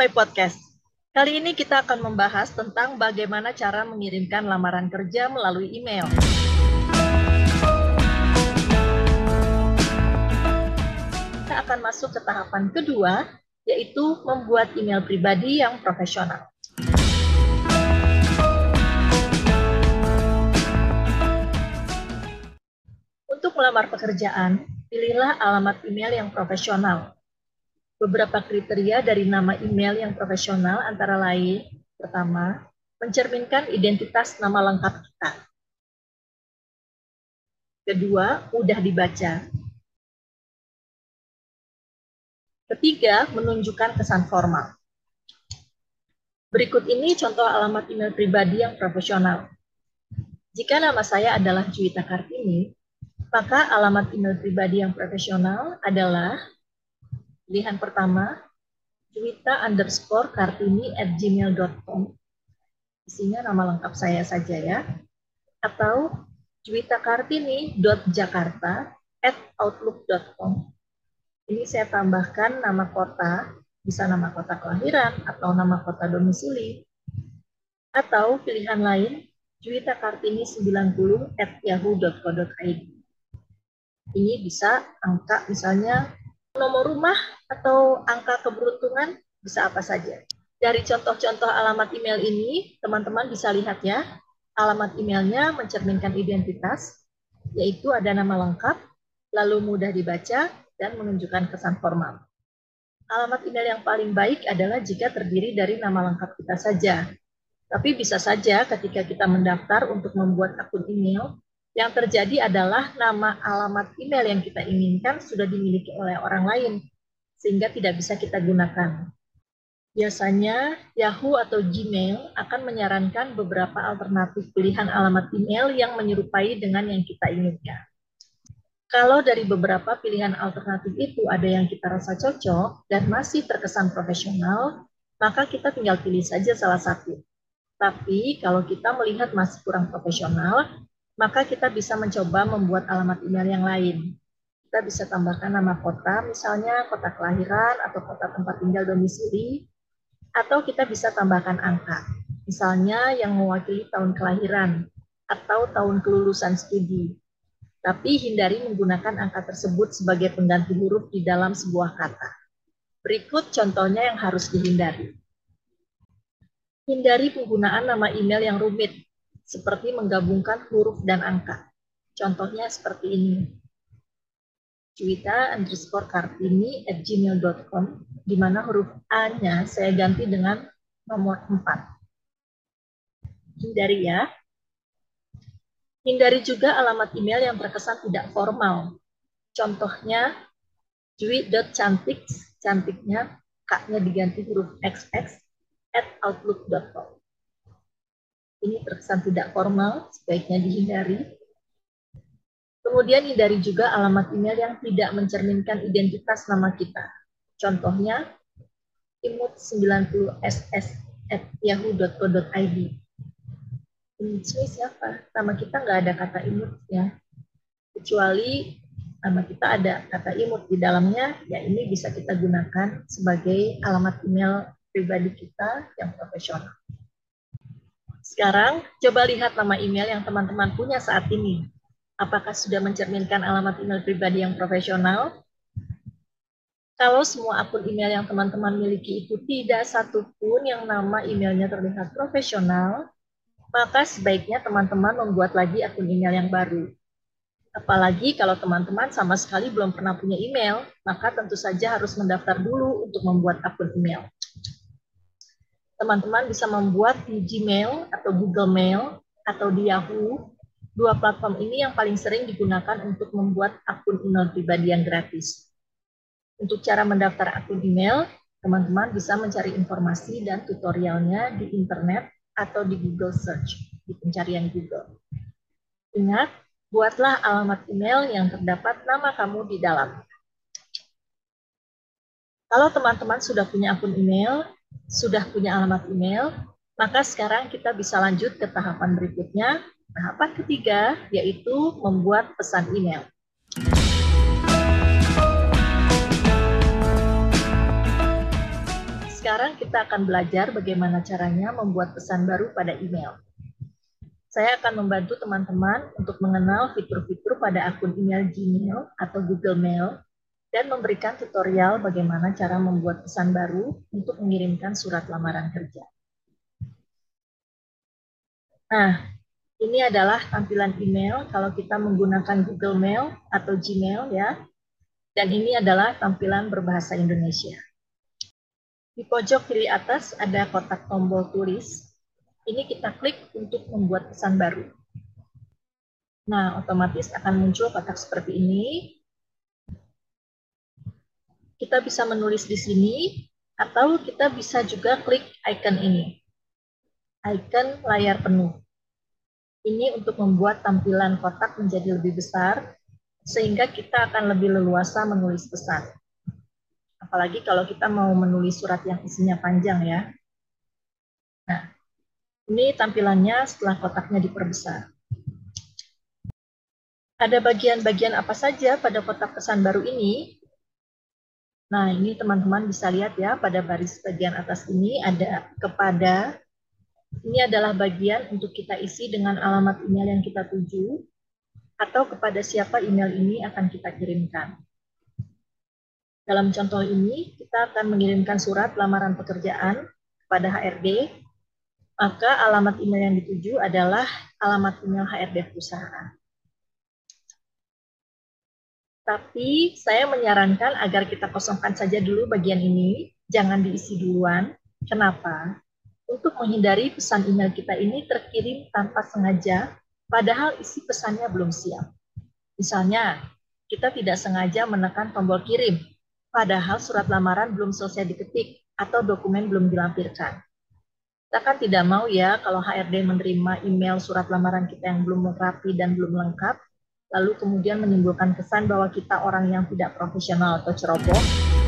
My Podcast. Kali ini kita akan membahas tentang bagaimana cara mengirimkan lamaran kerja melalui email. Kita akan masuk ke tahapan kedua, yaitu membuat email pribadi yang profesional. Untuk melamar pekerjaan, pilihlah alamat email yang profesional. Beberapa kriteria dari nama email yang profesional antara lain, pertama, mencerminkan identitas nama lengkap kita. Kedua, mudah dibaca. Ketiga, menunjukkan kesan formal. Berikut ini contoh alamat email pribadi yang profesional. Jika nama saya adalah Juwita Kartini, maka alamat email pribadi yang profesional adalah pilihan pertama, juwita_kartini@gmail.com. Isinya nama lengkap saya saja ya. Atau juwitakartini.jakarta@outlook.com. Ini saya tambahkan nama kota, bisa nama kota kelahiran atau nama kota domisili. Atau pilihan lain, juwitakartini90@yahoo.co.id. Ini bisa angka misalnya nomor rumah atau angka keberuntungan, bisa apa saja. Dari contoh-contoh alamat email ini, teman-teman bisa lihat ya, alamat emailnya mencerminkan identitas, yaitu ada nama lengkap, lalu mudah dibaca, dan menunjukkan kesan formal. Alamat email yang paling baik adalah jika terdiri dari nama lengkap kita saja. Tapi bisa saja ketika kita mendaftar untuk membuat akun email, yang terjadi adalah nama alamat email yang kita inginkan sudah dimiliki oleh orang lain, sehingga tidak bisa kita gunakan. Biasanya, Yahoo atau Gmail akan menyarankan beberapa alternatif pilihan alamat email yang menyerupai dengan yang kita inginkan. Kalau dari beberapa pilihan alternatif itu ada yang kita rasa cocok dan masih terkesan profesional, maka kita tinggal pilih saja salah satu. Tapi kalau kita melihat masih kurang profesional, maka kita bisa mencoba membuat alamat email yang lain. Kita bisa tambahkan nama kota, misalnya kota kelahiran atau kota tempat tinggal domisili, atau kita bisa tambahkan angka, misalnya yang mewakili tahun kelahiran atau tahun kelulusan studi. Tapi hindari menggunakan angka tersebut sebagai pengganti huruf di dalam sebuah kata. Berikut contohnya yang harus dihindari. Hindari penggunaan nama email yang rumit, seperti menggabungkan huruf dan angka. Contohnya seperti ini. Juwita_kartini@gmail.com, di mana huruf A-nya saya ganti dengan nomor 4. Hindari ya. Hindari juga alamat email yang terkesan tidak formal. Contohnya, jwi.cantik, cantiknya, K-nya diganti huruf XX, @outlook.com. Ini terkesan tidak formal, sebaiknya dihindari. Kemudian hindari juga alamat email yang tidak mencerminkan identitas nama kita. Contohnya, imut90ss@yahoo.co.id. Imut siapa? Nama kita nggak ada kata imut ya. Kecuali nama kita ada kata imut di dalamnya, ya ini bisa kita gunakan sebagai alamat email pribadi kita yang profesional. Sekarang, coba lihat nama email yang teman-teman punya saat ini. Apakah sudah mencerminkan alamat email pribadi yang profesional? Kalau semua akun email yang teman-teman miliki itu tidak satupun yang nama emailnya terlihat profesional, maka sebaiknya teman-teman membuat lagi akun email yang baru. Apalagi kalau teman-teman sama sekali belum pernah punya email, maka tentu saja harus mendaftar dulu untuk membuat akun email. Teman-teman bisa membuat di Gmail atau Google Mail atau di Yahoo. Dua platform ini yang paling sering digunakan untuk membuat akun email pribadi yang gratis. Untuk cara mendaftar akun email, teman-teman bisa mencari informasi dan tutorialnya di internet atau di Google Search, di pencarian Google. Ingat, buatlah alamat email yang terdapat nama kamu di dalam. Kalau teman-teman sudah punya akun email, sudah punya alamat email, maka sekarang kita bisa lanjut ke tahapan berikutnya. Tahapan ketiga, yaitu membuat pesan email. Sekarang kita akan belajar bagaimana caranya membuat pesan baru pada email. Saya akan membantu teman-teman untuk mengenal fitur-fitur pada akun email Gmail atau Google Mail dan memberikan tutorial bagaimana cara membuat pesan baru untuk mengirimkan surat lamaran kerja. Nah, ini adalah tampilan email kalau kita menggunakan Google Mail atau Gmail ya. Dan ini adalah tampilan berbahasa Indonesia. Di pojok kiri atas ada kotak tombol tulis. Ini kita klik untuk membuat pesan baru. Nah, otomatis akan muncul kotak seperti ini. Kita bisa menulis di sini, atau kita bisa juga klik icon ini. Icon layar penuh. Ini untuk membuat tampilan kotak menjadi lebih besar, sehingga kita akan lebih leluasa menulis pesan. Apalagi kalau kita mau menulis surat yang isinya panjang ya. Nah, ini tampilannya setelah kotaknya diperbesar. Ada bagian-bagian apa saja pada kotak pesan baru ini? Nah, ini teman-teman bisa lihat ya, pada baris bagian atas ini ada kepada. Ini adalah bagian untuk kita isi dengan alamat email yang kita tuju, atau kepada siapa email ini akan kita kirimkan. Dalam contoh ini, kita akan mengirimkan surat lamaran pekerjaan kepada HRD, maka alamat email yang dituju adalah alamat email HRD perusahaan. Tapi saya menyarankan agar kita kosongkan saja dulu bagian ini, jangan diisi duluan. Kenapa? Untuk menghindari pesan email kita ini terkirim tanpa sengaja, padahal isi pesannya belum siap. Misalnya, kita tidak sengaja menekan tombol kirim, padahal surat lamaran belum selesai diketik atau dokumen belum dilampirkan. Kita kan tidak mau ya kalau HRD menerima email surat lamaran kita yang belum rapi dan belum lengkap, lalu kemudian menimbulkan kesan bahwa kita orang yang tidak profesional atau ceroboh,